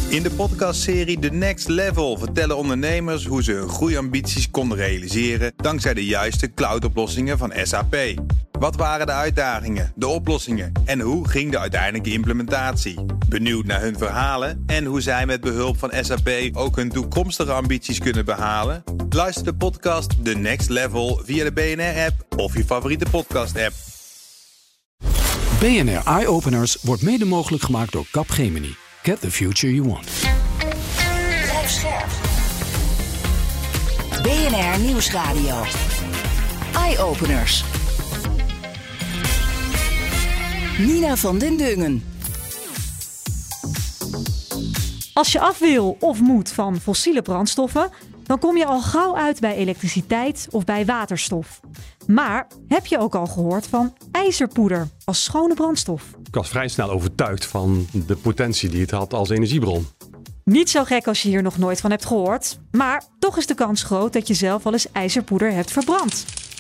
In de podcastserie The Next Level vertellen ondernemers hoe ze hun groeiambities konden realiseren dankzij de juiste cloudoplossingen van SAP. Wat waren de uitdagingen, de oplossingen en hoe ging de uiteindelijke implementatie? Benieuwd naar hun verhalen en hoe zij met behulp van SAP ook hun toekomstige ambities kunnen behalen? Luister de podcast The Next Level via de BNR-app of je favoriete podcast-app. BNR Eye-Openers wordt mede mogelijk gemaakt door Capgemini. Get the future you want. Blijf scherp. BNR Nieuwsradio. Eye-Openers. Nina van den Dungen. Als je af wil of moet van fossiele brandstoffen, dan kom je al gauw uit bij elektriciteit of bij waterstof. Maar heb je ook al gehoord van ijzerpoeder als schone brandstof? Ik was vrij snel overtuigd van de potentie die het had als energiebron. Niet zo gek als je hier nog nooit van hebt gehoord. Maar toch is de kans groot dat je zelf al eens ijzerpoeder hebt verbrand.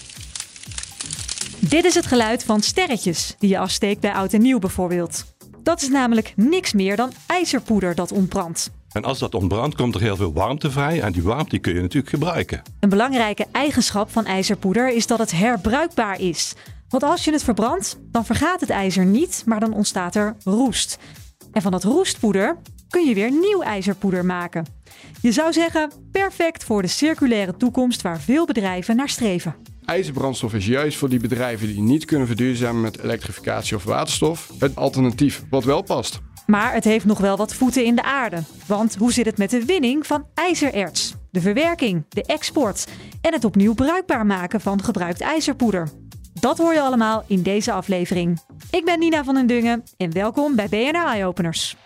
Dit is het geluid van sterretjes die je afsteekt bij oud en nieuw bijvoorbeeld. Dat is namelijk niks meer dan ijzerpoeder dat ontbrandt. En als dat ontbrandt, komt er heel veel warmte vrij en die warmte kun je natuurlijk gebruiken. Een belangrijke eigenschap van ijzerpoeder is dat het herbruikbaar is. Want als je het verbrandt, dan vergaat het ijzer niet, maar dan ontstaat er roest. En van dat roestpoeder kun je weer nieuw ijzerpoeder maken. Je zou zeggen, perfect voor de circulaire toekomst waar veel bedrijven naar streven. IJzerbrandstof is juist voor die bedrijven die niet kunnen verduurzamen met elektrificatie of waterstof het alternatief wat wel past. Maar het heeft nog wel wat voeten in de aarde. Want hoe zit het met de winning van ijzererts? De verwerking, de export en het opnieuw bruikbaar maken van gebruikt ijzerpoeder. Dat hoor je allemaal in deze aflevering. Ik ben Nina van den Dungen en welkom bij BNR Eye-Openers.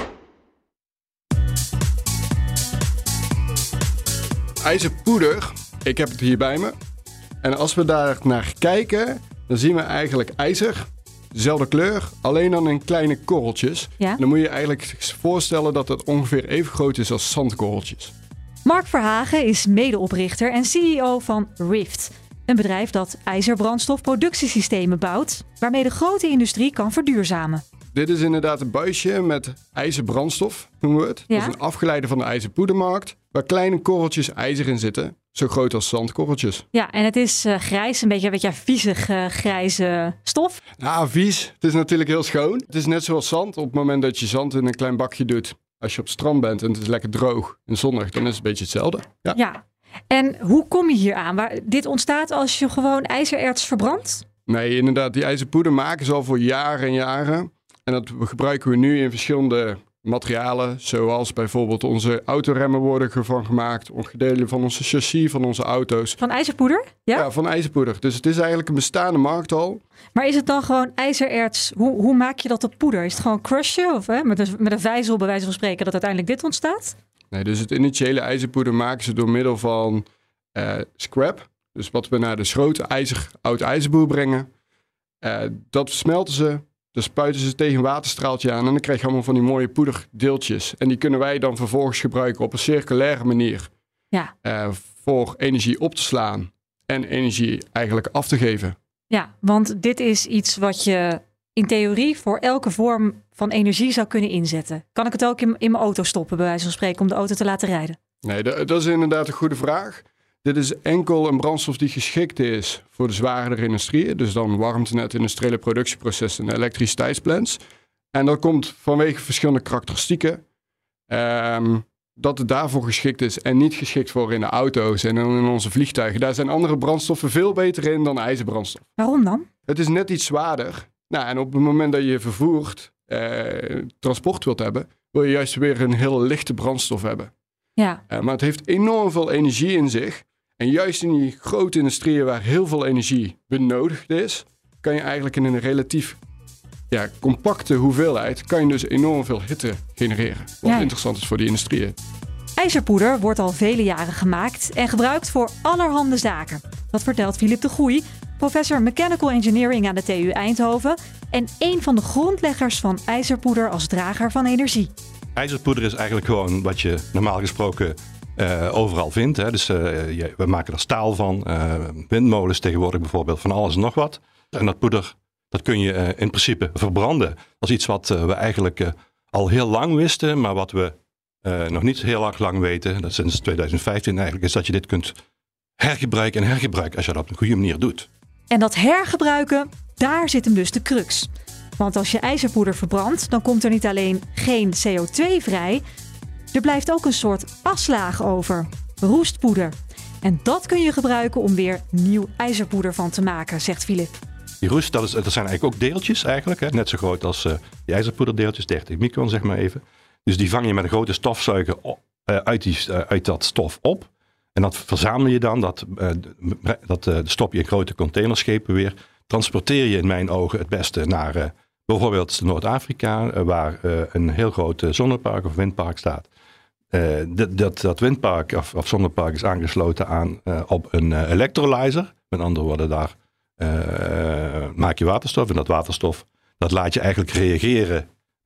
IJzerpoeder, ik heb het hier bij me. En als we daar naar kijken, dan zien we eigenlijk ijzer. Dezelfde kleur, alleen dan in kleine korreltjes. Ja? En dan moet je eigenlijk voorstellen dat het ongeveer even groot is als zandkorreltjes. Mark Verhagen is medeoprichter en CEO van Rift. Een bedrijf dat ijzerbrandstofproductiesystemen bouwt, waarmee de grote industrie kan verduurzamen. Dit is inderdaad een buisje met ijzerbrandstof, noemen we het. Ja? Dat is een afgeleide van de ijzerpoedermarkt, waar kleine korreltjes ijzer in zitten. Zo groot als zandkorreltjes. Ja, en het is grijs, een beetje viezig grijze stof. Nou, vies. Het is natuurlijk heel schoon. Het is net zoals zand. Op het moment dat je zand in een klein bakje doet, als je op het strand bent en het is lekker droog en zonnig, dan is het een beetje hetzelfde. Ja. En hoe kom je hier aan? Dit ontstaat als je gewoon ijzererts verbrandt? Nee, inderdaad. Die ijzerpoeder maken ze al voor jaren en jaren. En dat gebruiken we nu in verschillende materialen, zoals bijvoorbeeld onze autoremmen worden ervan gemaakt, onderdelen van onze chassis van onze auto's. Van ijzerpoeder? Ja, van ijzerpoeder. Dus het is eigenlijk een bestaande markt al. Maar is het dan gewoon ijzererts? Hoe maak je dat op poeder? Is het gewoon crushen of met een vijzel bij wijze van spreken dat uiteindelijk dit ontstaat? Nee, dus het initiële ijzerpoeder maken ze door middel van scrap. Dus wat we naar de schroot oud ijzerboer brengen. Dat smelten ze. Dan spuiten ze tegen een waterstraaltje aan en dan krijg je allemaal van die mooie poederdeeltjes. En die kunnen wij dan vervolgens gebruiken op een circulaire manier. Ja. Voor energie op te slaan en energie eigenlijk af te geven. Ja, want dit is iets wat je in theorie voor elke vorm van energie zou kunnen inzetten. Kan ik het ook in mijn auto stoppen, bij wijze van spreken, om de auto te laten rijden? Nee, dat is inderdaad een goede vraag. Dit is enkel een brandstof die geschikt is voor de zwaardere industrieën. Dus dan warmtenet, industriële productieprocessen en elektriciteitsplants. En dat komt vanwege verschillende karakteristieken. Dat het daarvoor geschikt is en niet geschikt voor in de auto's en in onze vliegtuigen. Daar zijn andere brandstoffen veel beter in dan ijzerbrandstof. Waarom dan? Het is net iets zwaarder. Nou, en op het moment dat je vervoerd transport wilt hebben, wil je juist weer een heel lichte brandstof hebben. Ja. Maar het heeft enorm veel energie in zich. En juist in die grote industrieën waar heel veel energie benodigd is, kan je eigenlijk in een relatief compacte hoeveelheid, kan je dus enorm veel hitte genereren. Wat interessant is voor die industrieën. IJzerpoeder wordt al vele jaren gemaakt en gebruikt voor allerhande zaken. Dat vertelt Philip de Goey, professor Mechanical Engineering aan de TU Eindhoven en een van de grondleggers van ijzerpoeder als drager van energie. IJzerpoeder is eigenlijk gewoon wat je normaal gesproken overal vindt. Hè. Dus we maken er staal van, windmolens tegenwoordig bijvoorbeeld, van alles en nog wat. En dat poeder, dat kun je in principe verbranden. Dat is iets wat we eigenlijk al heel lang wisten, maar wat we nog niet heel erg lang weten, dat sinds 2015 eigenlijk, is dat je dit kunt hergebruiken als je dat op een goede manier doet. En dat hergebruiken, daar zit hem dus de crux. Want als je ijzerpoeder verbrandt, dan komt er niet alleen geen CO2 vrij, er blijft ook een soort aslaag over, roestpoeder. En dat kun je gebruiken om weer nieuw ijzerpoeder van te maken, zegt Filip. Die roest, dat zijn eigenlijk ook deeltjes eigenlijk, hè? Net zo groot als die ijzerpoederdeeltjes, 30 micron zeg maar even. Dus die vang je met een grote stofzuiger uit dat stof op. En dat verzamel je dan, dat stop je in grote containerschepen weer. Transporteer je in mijn ogen het beste naar bijvoorbeeld Noord-Afrika, waar een heel groot zonnepark of windpark staat. Dat windpark of zonnepark is aangesloten op een electrolyzer. Met andere woorden, daar maak je waterstof. En dat waterstof, dat laat je eigenlijk reageren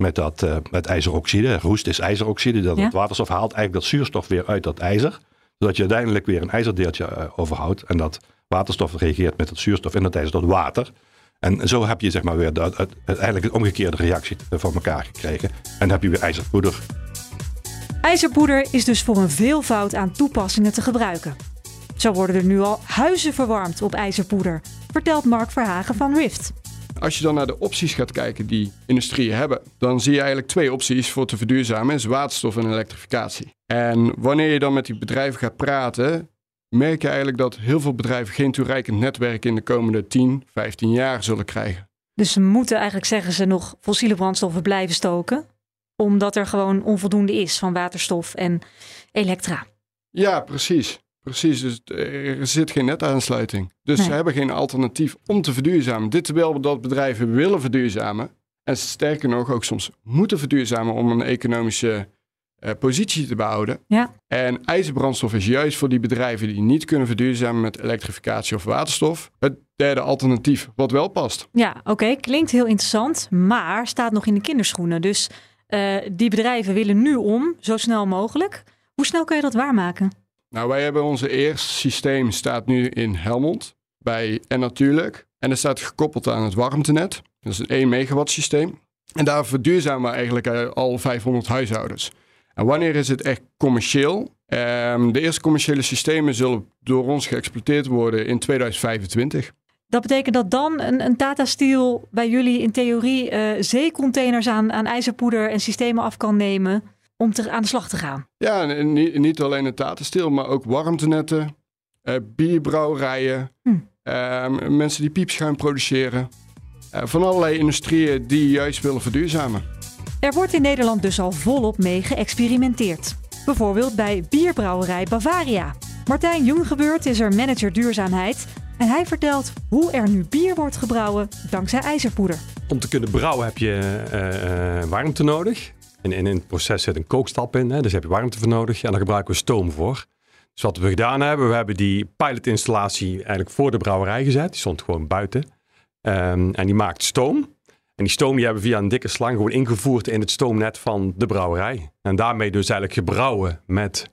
met ijzeroxide. Roest is ijzeroxide. Dat waterstof haalt eigenlijk dat zuurstof weer uit dat ijzer. Zodat je uiteindelijk weer een ijzerdeeltje overhoudt. En dat waterstof reageert met dat zuurstof en dat ijzer tot water. En zo heb je zeg maar weer uiteindelijk een omgekeerde reactie van elkaar gekregen. En dan heb je weer ijzerpoeder. IJzerpoeder is dus voor een veelvoud aan toepassingen te gebruiken. Zo worden er nu al huizen verwarmd op ijzerpoeder, vertelt Mark Verhagen van Rift. Als je dan naar de opties gaat kijken die industrieën hebben, dan zie je eigenlijk 2 opties voor te verduurzamen, is waterstof en elektrificatie. En wanneer je dan met die bedrijven gaat praten, merk je eigenlijk dat heel veel bedrijven geen toereikend netwerk in de komende 10, 15 jaar zullen krijgen. Dus ze moeten eigenlijk, zeggen ze, nog fossiele brandstoffen blijven stoken, omdat er gewoon onvoldoende is van waterstof en elektra. Ja, precies. Precies, dus er zit geen netaansluiting. Dus ze hebben geen alternatief om te verduurzamen. Dit terwijl dat bedrijven willen verduurzamen. En sterker nog ook soms moeten verduurzamen om een economische positie te behouden. Ja. En ijzerbrandstof is juist voor die bedrijven die niet kunnen verduurzamen met elektrificatie of waterstof het derde alternatief wat wel past. Ja, oké, klinkt heel interessant, maar staat nog in de kinderschoenen. Dus die bedrijven willen nu om, zo snel mogelijk. Hoe snel kun je dat waarmaken? Nou, wij hebben onze eerste systeem staat nu in Helmond bij En Natuurlijk. En dat staat gekoppeld aan het warmtenet. Dat is een 1 megawatt systeem. En daar verduurzamen we eigenlijk al 500 huishoudens. En wanneer is het echt commercieel? De eerste commerciële systemen zullen door ons geëxploiteerd worden in 2025. Dat betekent dat dan een Tata Steel bij jullie in theorie zeecontainers aan ijzerpoeder en systemen af kan nemen om aan de slag te gaan? Ja, en niet alleen een Tata Steel, maar ook warmtenetten, bierbrouwerijen, mensen die piepschuim produceren. Van allerlei industrieën die juist willen verduurzamen. Er wordt in Nederland dus al volop mee geëxperimenteerd. Bijvoorbeeld bij bierbrouwerij Bavaria. Martijn Jonggebeurt is er manager duurzaamheid. En hij vertelt hoe er nu bier wordt gebrouwen dankzij ijzerpoeder. Om te kunnen brouwen heb je warmte nodig. En in het proces zit een kookstap in, dus daar heb je warmte voor nodig. En daar gebruiken we stoom voor. Dus wat we gedaan hebben, we hebben die pilotinstallatie eigenlijk voor de brouwerij gezet. Die stond gewoon buiten. En die maakt stoom. En die stoom die hebben we via een dikke slang gewoon ingevoerd in het stoomnet van de brouwerij. En daarmee dus eigenlijk gebrouwen met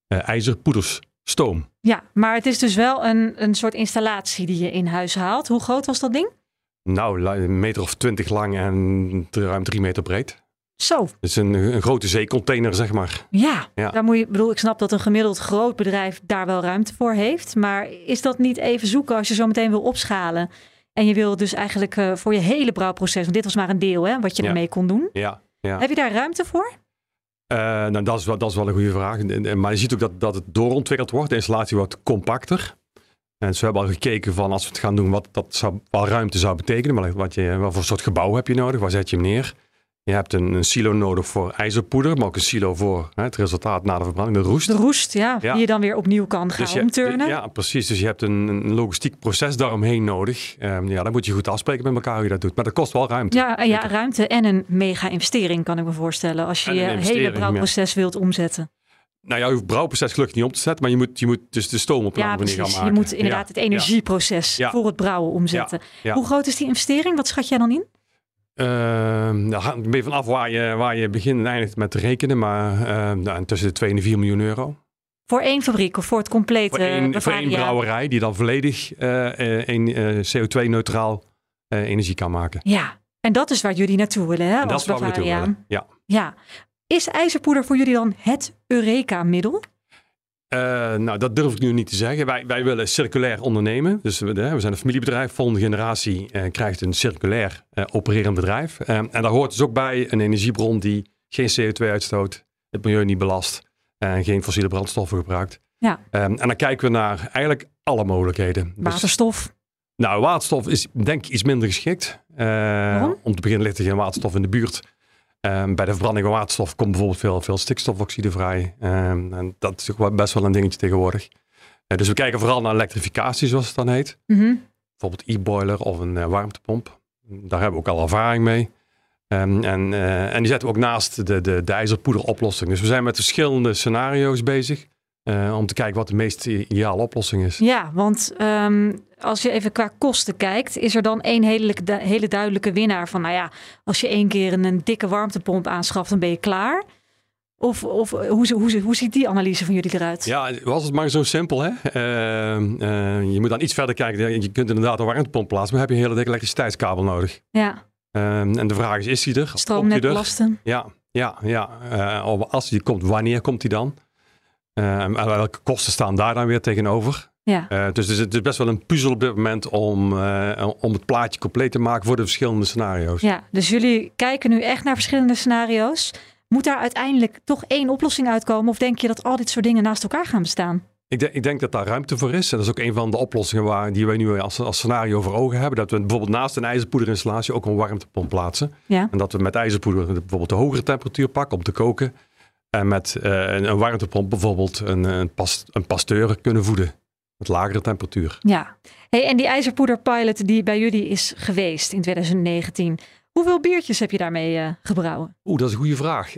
ijzerpoedersstoom. Ja, maar het is dus wel een soort installatie die je in huis haalt. Hoe groot was dat ding? Nou, 1 meter of 20 lang en ruim 3 meter breed. Zo. Het is een grote zeecontainer, zeg maar. Ja. Daar moet je, ik snap dat een gemiddeld groot bedrijf daar wel ruimte voor heeft. Maar is dat niet even zoeken als je zo meteen wil opschalen? En je wil dus eigenlijk voor je hele brouwproces, want dit was maar een deel wat je ermee kon doen. Ja. Heb je daar ruimte voor? Nou, dat is wel een goede vraag. Maar je ziet ook dat het doorontwikkeld wordt. De installatie wordt compacter. En ze hebben al gekeken van als we het gaan doen, wat dat wel ruimte zou betekenen. Maar wat voor soort gebouw heb je nodig? Waar zet je hem neer? Je hebt een silo nodig voor ijzerpoeder, maar ook een silo voor het resultaat na de verbranding, de roest. De roest, die je dan weer opnieuw kan gaan omturnen. Ja, precies. Dus je hebt een logistiek proces daaromheen nodig. Dan moet je goed afspreken met elkaar hoe je dat doet. Maar dat kost wel ruimte. Ja, ruimte en een mega investering kan ik me voorstellen. Als je je hele brouwproces wilt omzetten. Nou ja, je brouwproces gelukkig niet om te zetten, maar je moet dus de stoom op een andere manier gaan maken. Je moet inderdaad het energieproces voor het brouwen omzetten. Ja. Hoe groot is die investering? Wat schat jij dan in? Daar gaat een beetje vanaf waar je begint en eindigt met te rekenen, maar tussen de 2 en de 4 miljoen euro. Voor 1 fabriek of voor het complete voor één brouwerij die dan volledig CO2-neutraal energie kan maken. Ja, en dat is waar jullie naartoe willen, hè? En dat is waar we naartoe willen, ja. Is ijzerpoeder voor jullie dan het Eureka-middel? Dat durf ik nu niet te zeggen. Wij willen circulair ondernemen. Dus we zijn een familiebedrijf. Volgende generatie krijgt een circulair opererend bedrijf. En daar hoort dus ook bij een energiebron die geen CO2 uitstoot, het milieu niet belast en geen fossiele brandstoffen gebruikt. Ja. En dan kijken we naar eigenlijk alle mogelijkheden. Waterstof. Dus, waterstof is denk ik iets minder geschikt. Om te beginnen ligt er geen waterstof in de buurt. Bij de verbranding van waterstof komt bijvoorbeeld veel stikstofoxide vrij. En dat is ook best wel een dingetje tegenwoordig. Dus we kijken vooral naar elektrificatie, zoals het dan heet. Mm-hmm. Bijvoorbeeld e-boiler of een warmtepomp. Daar hebben we ook al ervaring mee. En die zetten we ook naast de ijzerpoederoplossing. Dus we zijn met verschillende scenario's bezig. Om te kijken wat de meest ideale oplossing is. Ja, want als je even qua kosten kijkt, is er dan één hele duidelijke winnaar van, als je 1 keer een dikke warmtepomp aanschaft, dan ben je klaar. Of hoe ziet die analyse van jullie eruit? Ja, was het maar zo simpel, hè? Je moet dan iets verder kijken. Je kunt inderdaad een warmtepomp plaatsen, maar heb je een hele dikke elektriciteitskabel nodig. Ja. En de vraag is die er? Stroomnetbelasten? Ja. Als die komt, wanneer komt die dan? En welke kosten staan daar dan weer tegenover? Ja. Dus het is best wel een puzzel op dit moment om het plaatje compleet te maken voor de verschillende scenario's. Ja, dus jullie kijken nu echt naar verschillende scenario's. Moet daar uiteindelijk toch 1 oplossing uitkomen? Of denk je dat al dit soort dingen naast elkaar gaan bestaan? Ik denk dat daar ruimte voor is. En dat is ook een van de oplossingen die wij nu als scenario voor ogen hebben. Dat we bijvoorbeeld naast een ijzerpoederinstallatie ook een warmtepomp plaatsen. Ja. En dat we met ijzerpoeder bijvoorbeeld de hogere temperatuur pakken om te koken. En met een warmtepomp bijvoorbeeld een pasteur kunnen voeden. Met lagere temperatuur. Ja. Hey, en die ijzerpoederpilot die bij jullie is geweest in 2019. Hoeveel biertjes heb je daarmee gebrouwen? Dat is een goede vraag.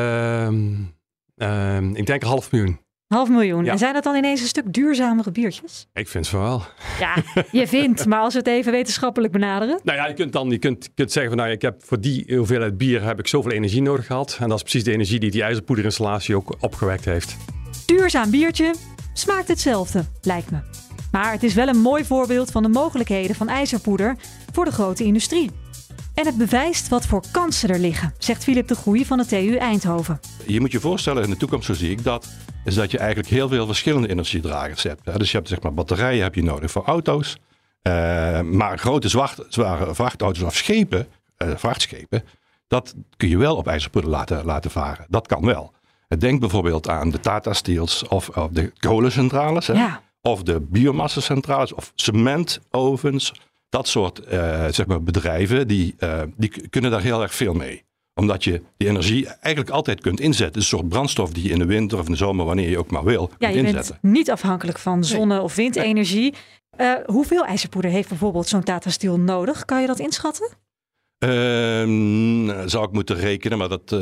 Ik denk 500.000. 500.000. Ja. En zijn dat dan ineens een stuk duurzamere biertjes? Ik vind van wel. Ja, je vindt. Maar als we het even wetenschappelijk benaderen. Je kunt zeggen van ik heb voor die hoeveelheid bier heb ik zoveel energie nodig gehad. En dat is precies de energie die ijzerpoederinstallatie ook opgewekt heeft. Duurzaam biertje smaakt hetzelfde, lijkt me. Maar het is wel een mooi voorbeeld van de mogelijkheden van ijzerpoeder voor de grote industrie. En het bewijst wat voor kansen er liggen, zegt Philip de Goeij van de TU Eindhoven. Je moet je voorstellen, in de toekomst, zo zie ik dat, is dat je eigenlijk heel veel verschillende energiedragers hebt. Dus je hebt batterijen heb je nodig voor auto's. Maar grote zware vrachtauto's of vrachtschepen, dat kun je wel op ijzerpoeder laten varen. Dat kan wel. Denk bijvoorbeeld aan de Tata Steels of de kolencentrales. Ja. Of de biomassacentrales of cementovens. Dat soort bedrijven, die kunnen daar heel erg veel mee. Omdat je die energie eigenlijk altijd kunt inzetten. Het is een soort brandstof die je in de winter of in de zomer, wanneer je ook maar wil, kunt inzetten. Ja, je bent niet afhankelijk van zonne- of windenergie. Hoeveel ijzerpoeder heeft bijvoorbeeld zo'n Tata Steel nodig? Kan je dat inschatten? Zou ik moeten rekenen, maar dat...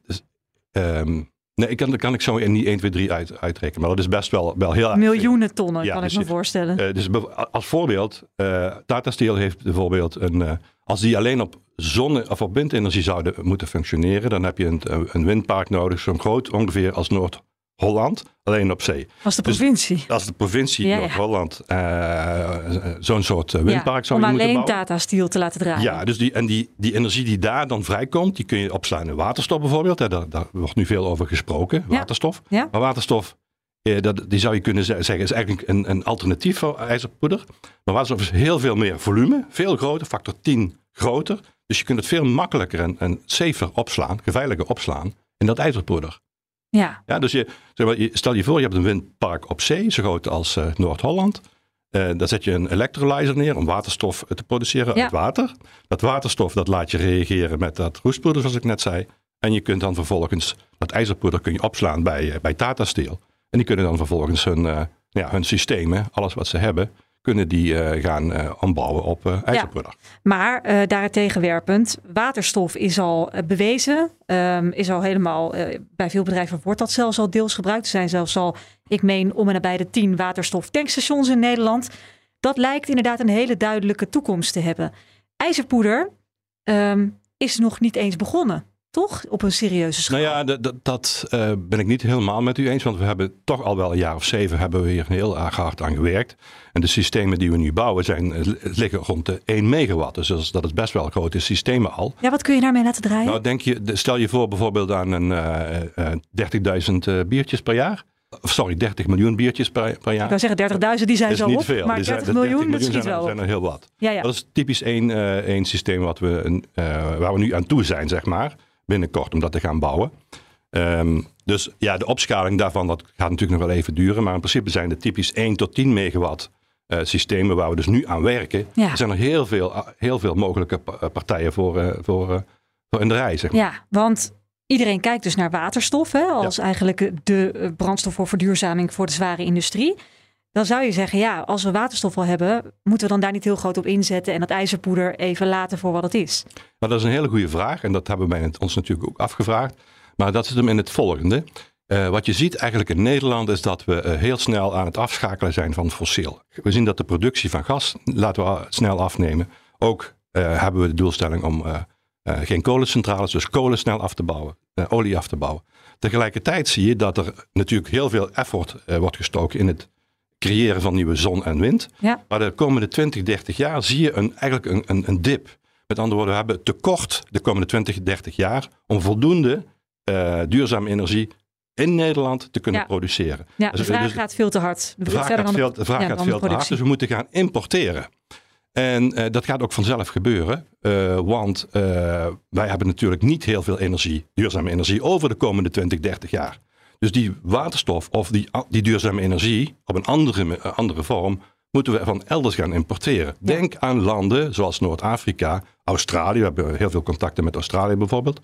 Nee, kan ik zo niet 1, 2, 3 uitrekenen. Maar dat is best wel heel erg. Miljoenen tonnen, kan ik me voorstellen. Dus als voorbeeld, Tata Steel heeft bijvoorbeeld als die alleen op zonne- of op windenergie zouden moeten functioneren, dan heb je een windpark nodig, zo groot ongeveer als Noord-Holland, alleen op zee. Als de provincie. Dus, als de provincie Noord-Holland zo'n soort windpark zou je moeten bouwen. Om alleen Tata Steel te laten draaien. Ja, dus die energie die daar dan vrijkomt, die kun je opslaan in waterstof bijvoorbeeld. Daar wordt nu veel over gesproken, waterstof. Ja. Maar waterstof, die zou je kunnen zeggen, is eigenlijk een alternatief voor ijzerpoeder. Maar waterstof is heel veel meer volume, veel groter, factor 10 groter. Dus je kunt het veel makkelijker en safer opslaan, geveiliger opslaan in dat ijzerpoeder. Ja, dus stel je voor, je hebt een windpark op zee, zo groot als Noord-Holland. Daar zet je een electrolyzer neer om waterstof te produceren uit water. Dat waterstof dat laat je reageren met dat roestpoeder, zoals ik net zei. En je kunt dan vervolgens dat ijzerpoeder kun je opslaan bij Tata Steel. En die kunnen dan vervolgens hun systemen, alles wat ze hebben, kunnen die gaan ombouwen op ijzerpoeder. Ja, maar daartegenwerpend, waterstof is al bewezen. Is al helemaal, bij veel bedrijven wordt dat zelfs al deels gebruikt. Er zijn zelfs al, ik meen, om en nabij de 10 waterstoftankstations in Nederland. Dat lijkt inderdaad een hele duidelijke toekomst te hebben. IJzerpoeder is nog niet eens begonnen. toch? Op een serieuze schaal. Nou ja, dat ben ik niet helemaal met u eens. Want we hebben toch al wel een jaar of 7 hebben we hier heel erg hard aan gewerkt. En de systemen die we nu bouwen liggen rond de 1 megawatt. Dus dat is best wel grote systemen al. Ja, wat kun je daarmee laten draaien? Nou, stel je voor bijvoorbeeld aan een 30.000 biertjes per jaar. 30 miljoen biertjes per jaar. Ik wou zeggen 30.000, die zijn zo niet op. veel. Maar 30 miljoen, dat schiet wel op. zijn er heel wat. Ja. Dat is typisch één systeem waar we nu aan toe zijn, zeg maar. Binnenkort om dat te gaan bouwen. Dus ja, de opschaling daarvan, dat gaat natuurlijk nog wel even duren. Maar in principe zijn het typisch 1 tot 10 megawatt systemen waar we dus nu aan werken. Ja. Er zijn er heel veel mogelijke partijen voor in de rij, zeg maar. Ja, want iedereen kijkt dus naar waterstof als eigenlijk de brandstof voor verduurzaming voor de zware industrie. Dan zou je zeggen, ja, als we waterstof al hebben, moeten we dan daar niet heel groot op inzetten en dat ijzerpoeder even laten voor wat het is? Nou, dat is een hele goede vraag en dat hebben wij ons natuurlijk ook afgevraagd. Maar dat zit hem in het volgende. Wat je ziet eigenlijk in Nederland is dat we heel snel aan het afschakelen zijn van fossiel. We zien dat de productie van gas laten we snel afnemen. Ook hebben we de doelstelling om geen kolencentrales, dus kolen snel af te bouwen, olie af te bouwen. Tegelijkertijd zie je dat er natuurlijk heel veel effort wordt gestoken in het creëren van nieuwe zon en wind. Ja. Maar de komende 20, 30 jaar zie je eigenlijk een dip. Met andere woorden, we hebben tekort de komende 20, 30 jaar om voldoende duurzame energie in Nederland te kunnen produceren. Ja, de vraag gaat veel te hard. De vraag gaat veel te hard, dus we moeten gaan importeren. En dat gaat ook vanzelf gebeuren, want wij hebben natuurlijk niet heel veel duurzame energie over de komende 20, 30 jaar. Dus die waterstof of die duurzame energie op een andere vorm moeten we van elders gaan importeren. Ja. Denk aan landen zoals Noord-Afrika, Australië. We hebben heel veel contacten met Australië bijvoorbeeld.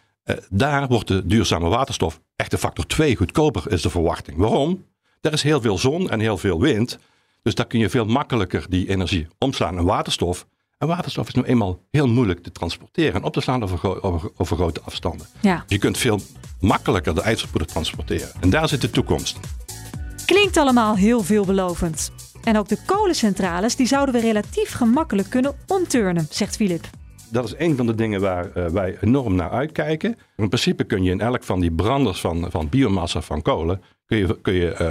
Daar wordt de duurzame waterstof echt de factor 2 goedkoper, is de verwachting. Waarom? Er is heel veel zon en heel veel wind. Dus daar kun je veel makkelijker die energie omslaan in waterstof. En waterstof is nu eenmaal heel moeilijk te transporteren en op te slaan over grote afstanden. Ja. Dus je kunt veel makkelijker de ijzerpoeder transporteren. En daar zit de toekomst. Klinkt allemaal heel veelbelovend. En ook de kolencentrales die zouden we relatief gemakkelijk kunnen omturnen, zegt Philip. Dat is een van de dingen waar wij enorm naar uitkijken. In principe kun je in elk van die branders van biomassa van kolen kun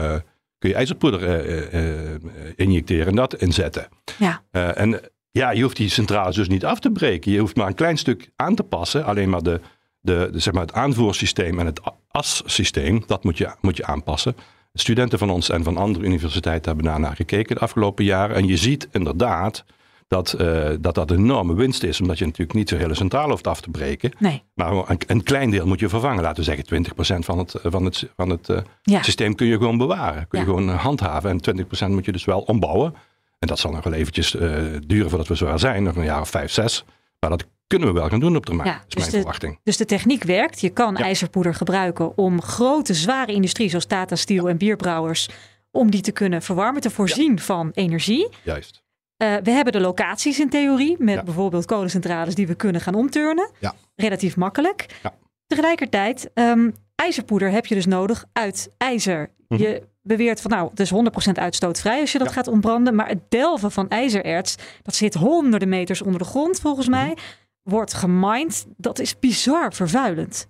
je ijzerpoeder injecteren en dat inzetten. Ja. En je hoeft die centrales dus niet af te breken. Je hoeft maar een klein stuk aan te passen. Alleen maar zeg maar het aanvoersysteem en het assysteem, dat moet je aanpassen. Studenten van ons en van andere universiteiten hebben daarnaar gekeken de afgelopen jaren. En je ziet inderdaad dat een enorme winst is. Omdat je natuurlijk niet zo'n hele centrale hoeft af te breken. Nee. Maar een klein deel moet je vervangen. Laten we zeggen 20% van het systeem kun je gewoon bewaren. Kun je gewoon handhaven. En 20% moet je dus wel ombouwen. En dat zal nog wel eventjes duren voordat we zover zijn. Nog een jaar of 5, 6. Maar dat kunnen we wel gaan doen op termijn. Ja, is mijn verwachting. Dus de techniek werkt. Je kan ijzerpoeder gebruiken om grote, zware industrie zoals Tata Steel en bierbrouwers, om die te kunnen verwarmen, te voorzien van energie. Juist. We hebben de locaties in theorie met bijvoorbeeld kolencentrales die we kunnen gaan omturnen. Ja. Relatief makkelijk. Ja. Tegelijkertijd, ijzerpoeder heb je dus nodig uit ijzer. Mm-hmm. Je beweert van het is 100% uitstootvrij als je dat gaat ontbranden. Maar het delven van ijzererts, dat zit honderden meters onder de grond volgens mij. Wordt gemined. Dat is bizar vervuilend.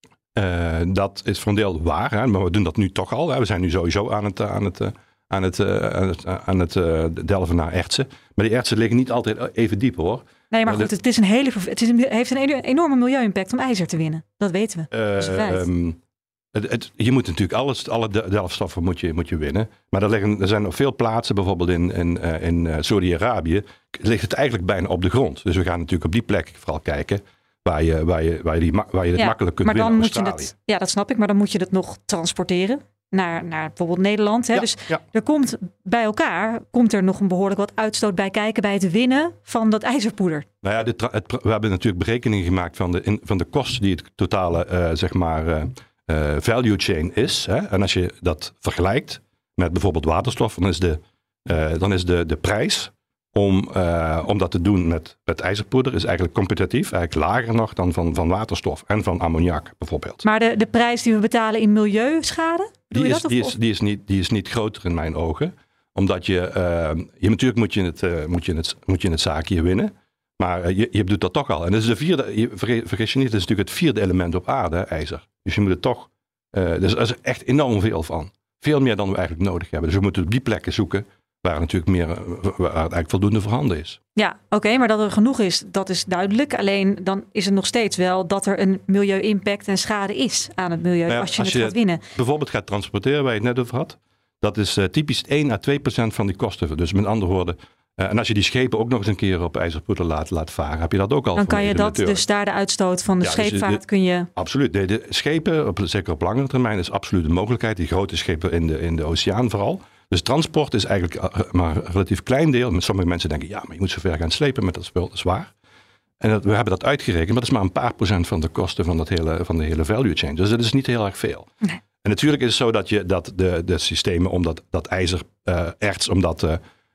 Dat is voor een deel waar, hè? Maar we doen dat nu toch al. Hè? We zijn nu sowieso aan het delven naar ertsen. Maar die ertsen liggen niet altijd even diep, hoor. Nee, maar goed, het heeft een enorme milieu-impact om ijzer te winnen. Dat weten we. Dat is een feit. Je moet natuurlijk alle delfstoffen moet je winnen. Maar er zijn nog veel plaatsen, bijvoorbeeld in Saudi-Arabië, ligt het eigenlijk bijna op de grond. Dus we gaan natuurlijk op die plek vooral kijken waar je het makkelijk kunt winnen. Dat snap ik, maar dan moet je dat nog transporteren naar bijvoorbeeld Nederland. Hè? Dus er komt bij elkaar er nog een behoorlijk wat uitstoot bij kijken bij het winnen van dat ijzerpoeder. Nou ja, we hebben natuurlijk berekeningen gemaakt van de kosten die het totale value chain is. Hè? En als je dat vergelijkt met bijvoorbeeld waterstof, dan is de prijs om dat te doen met ijzerpoeder is eigenlijk competitief, eigenlijk lager nog dan van waterstof en van ammoniak bijvoorbeeld. Maar de prijs die we betalen in milieuschade? Die is niet groter in mijn ogen. Omdat natuurlijk moet je het zaakje winnen. Maar je doet dat toch al. En dat is de vierde, vergis je niet, dat is natuurlijk het vierde element op aarde, ijzer. Dus je moet het toch, dus er is echt enorm veel van. Veel meer dan we eigenlijk nodig hebben. Dus we moeten op die plekken zoeken waar natuurlijk waar het eigenlijk voldoende voorhanden is. Ja, oké, maar dat er genoeg is, dat is duidelijk. Alleen dan is het nog steeds wel dat er een milieu-impact en schade is aan het milieu als je het gaat winnen. Bijvoorbeeld gaat transporteren, waar je het net over had. Dat is typisch 1-2% van die kosten. Dus met andere woorden, en als je die schepen ook nog eens een keer op ijzerpoeder laat varen, heb je dat ook al. Dan kan je dat dus daar de uitstoot van de scheepvaart kun je... Absoluut. De schepen, zeker op langere termijn, is absoluut een mogelijkheid. Die grote schepen in de oceaan vooral. Dus transport is eigenlijk maar een relatief klein deel. Sommige mensen denken, ja, maar je moet zo ver gaan slepen met dat spul. Dat is waar. En we hebben dat uitgerekend, maar dat is maar een paar procent van de kosten van de hele value chain. Dus dat is niet heel erg veel. Nee. En natuurlijk is het zo dat de systemen om dat ijzererts, om dat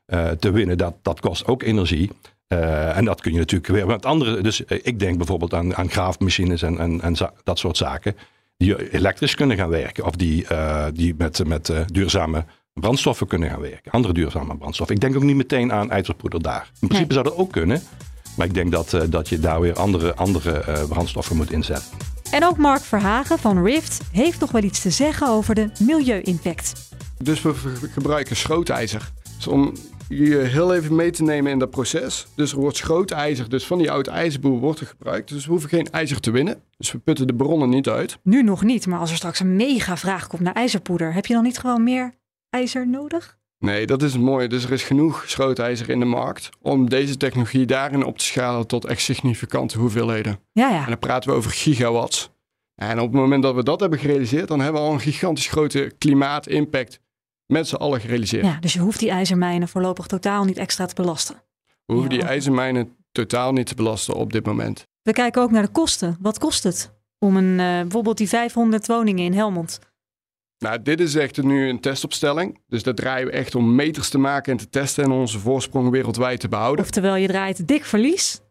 te winnen, dat kost ook energie. En dat kun je natuurlijk weer met andere. Dus ik denk bijvoorbeeld aan graafmachines en dat soort zaken die elektrisch kunnen gaan werken. Of die met duurzame brandstoffen kunnen gaan werken. Andere duurzame brandstoffen. Ik denk ook niet meteen aan ijzerpoeder daar. In principe zou dat ook kunnen. Maar ik denk dat je daar weer andere brandstoffen moet inzetten. En ook Mark Verhagen van Rift heeft nog wel iets te zeggen over de milieu-impact. Dus we gebruiken schrootijzer. Dus om je heel even mee te nemen in dat proces. Dus er wordt schrootijzer, dus van die oude ijzerboer wordt er gebruikt. Dus we hoeven geen ijzer te winnen. Dus we putten de bronnen niet uit. Nu nog niet, maar als er straks een mega vraag komt naar ijzerpoeder, heb je dan niet gewoon meer ijzer nodig? Nee, dat is mooi. Dus er is genoeg schrootijzer in de markt om deze technologie daarin op te schalen tot echt significante hoeveelheden. Ja. En dan praten we over gigawatts. En op het moment dat we dat hebben gerealiseerd, dan hebben we al een gigantisch grote klimaatimpact met z'n allen gerealiseerd. Ja, dus je hoeft die ijzermijnen voorlopig totaal niet extra te belasten. We hoeven die ijzermijnen totaal niet te belasten op dit moment. We kijken ook naar de kosten. Wat kost het om bijvoorbeeld die 500 woningen in Helmond? Nou, dit is echt nu een testopstelling. Dus daar draaien we echt om meters te maken en te testen en onze voorsprong wereldwijd te behouden. Oftewel, je draait dik verlies?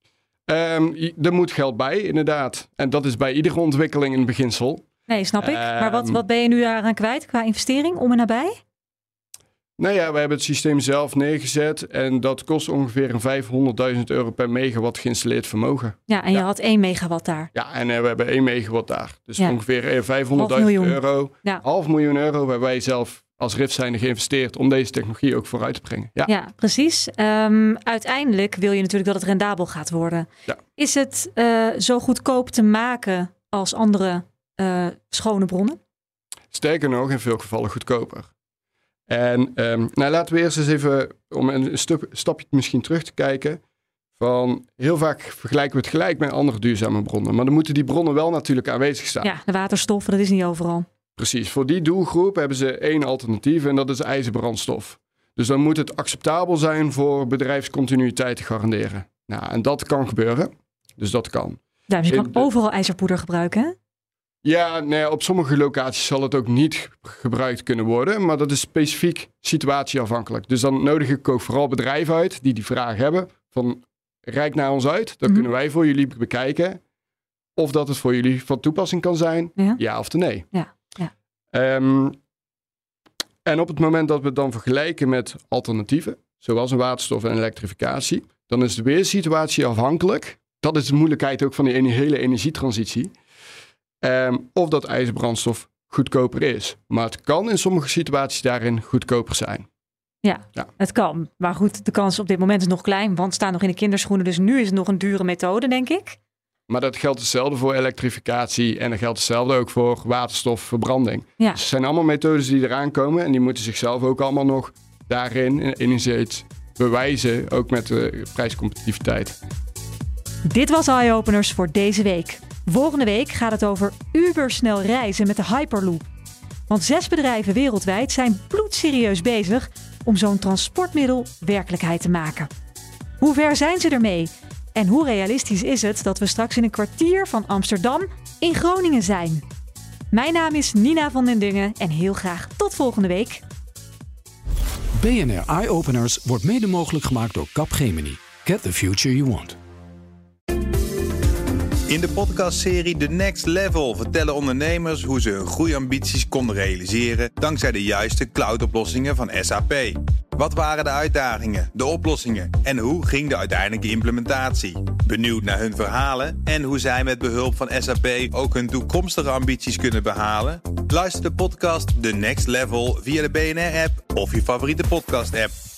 Er moet geld bij, inderdaad. En dat is bij iedere ontwikkeling een beginsel. Nee, snap ik. Maar wat ben je nu daaraan kwijt qua investering om en nabij? Nou ja, we hebben het systeem zelf neergezet en dat kost ongeveer €500.000 per megawatt geïnstalleerd vermogen. Ja, en je had 1 megawatt daar. Ja, en we hebben 1 megawatt daar. Dus ongeveer €500.000. Ja. €500.000 hebben wij zelf als Rift zijnde geïnvesteerd om deze technologie ook vooruit te brengen. Ja, precies. Uiteindelijk wil je natuurlijk dat het rendabel gaat worden. Ja. Is het zo goedkoop te maken als andere schone bronnen? Sterker nog, in veel gevallen goedkoper. En laten we eerst eens even, om een stapje misschien terug te kijken, van heel vaak vergelijken we het gelijk met andere duurzame bronnen. Maar dan moeten die bronnen wel natuurlijk aanwezig staan. Ja, de waterstof, dat is niet overal. Precies, voor die doelgroep hebben ze 1 alternatief en dat is ijzerbrandstof. Dus dan moet het acceptabel zijn voor bedrijfscontinuïteit te garanderen. Nou, en dat kan gebeuren. Dus dat kan. Ja, dus je kan overal ijzerpoeder gebruiken, hè? Ja, nee, op sommige locaties zal het ook niet gebruikt kunnen worden. Maar dat is specifiek situatieafhankelijk. Dus dan nodig ik ook vooral bedrijven uit die vraag hebben. Van, reik naar ons uit. Dan kunnen wij voor jullie bekijken of dat het voor jullie van toepassing kan zijn. Ja of nee. Ja. En op het moment dat we het dan vergelijken met alternatieven, zoals een waterstof en elektrificatie, dan is de weersituatie afhankelijk. Dat is de moeilijkheid ook van die hele energietransitie. Of dat ijzerbrandstof goedkoper is. Maar het kan in sommige situaties daarin goedkoper zijn. Ja, het kan. Maar goed, de kans op dit moment is nog klein, want het staat nog in de kinderschoenen. Dus nu is het nog een dure methode, denk ik. Maar dat geldt hetzelfde voor elektrificatie en dat geldt hetzelfde ook voor waterstofverbranding. Ja. Dus het zijn allemaal methodes die eraan komen en die moeten zichzelf ook allemaal nog daarin enerzijds bewijzen, ook met de prijscompetitiviteit. Dit was Eye Openers voor deze week. Volgende week gaat het over ubersnel reizen met de Hyperloop. Want 6 bedrijven wereldwijd zijn bloedserieus bezig om zo'n transportmiddel werkelijkheid te maken. Hoe ver zijn ze ermee? En hoe realistisch is het dat we straks in een kwartier van Amsterdam in Groningen zijn? Mijn naam is Nina van den Dungen en heel graag tot volgende week. BNR Eye Openers wordt mede mogelijk gemaakt door Capgemini. Get the future you want. In de podcastserie The Next Level vertellen ondernemers hoe ze hun groeiambities konden realiseren dankzij de juiste cloudoplossingen van SAP. Wat waren de uitdagingen, de oplossingen en hoe ging de uiteindelijke implementatie? Benieuwd naar hun verhalen en hoe zij met behulp van SAP ook hun toekomstige ambities kunnen behalen? Luister de podcast The Next Level via de BNR-app of je favoriete podcast-app.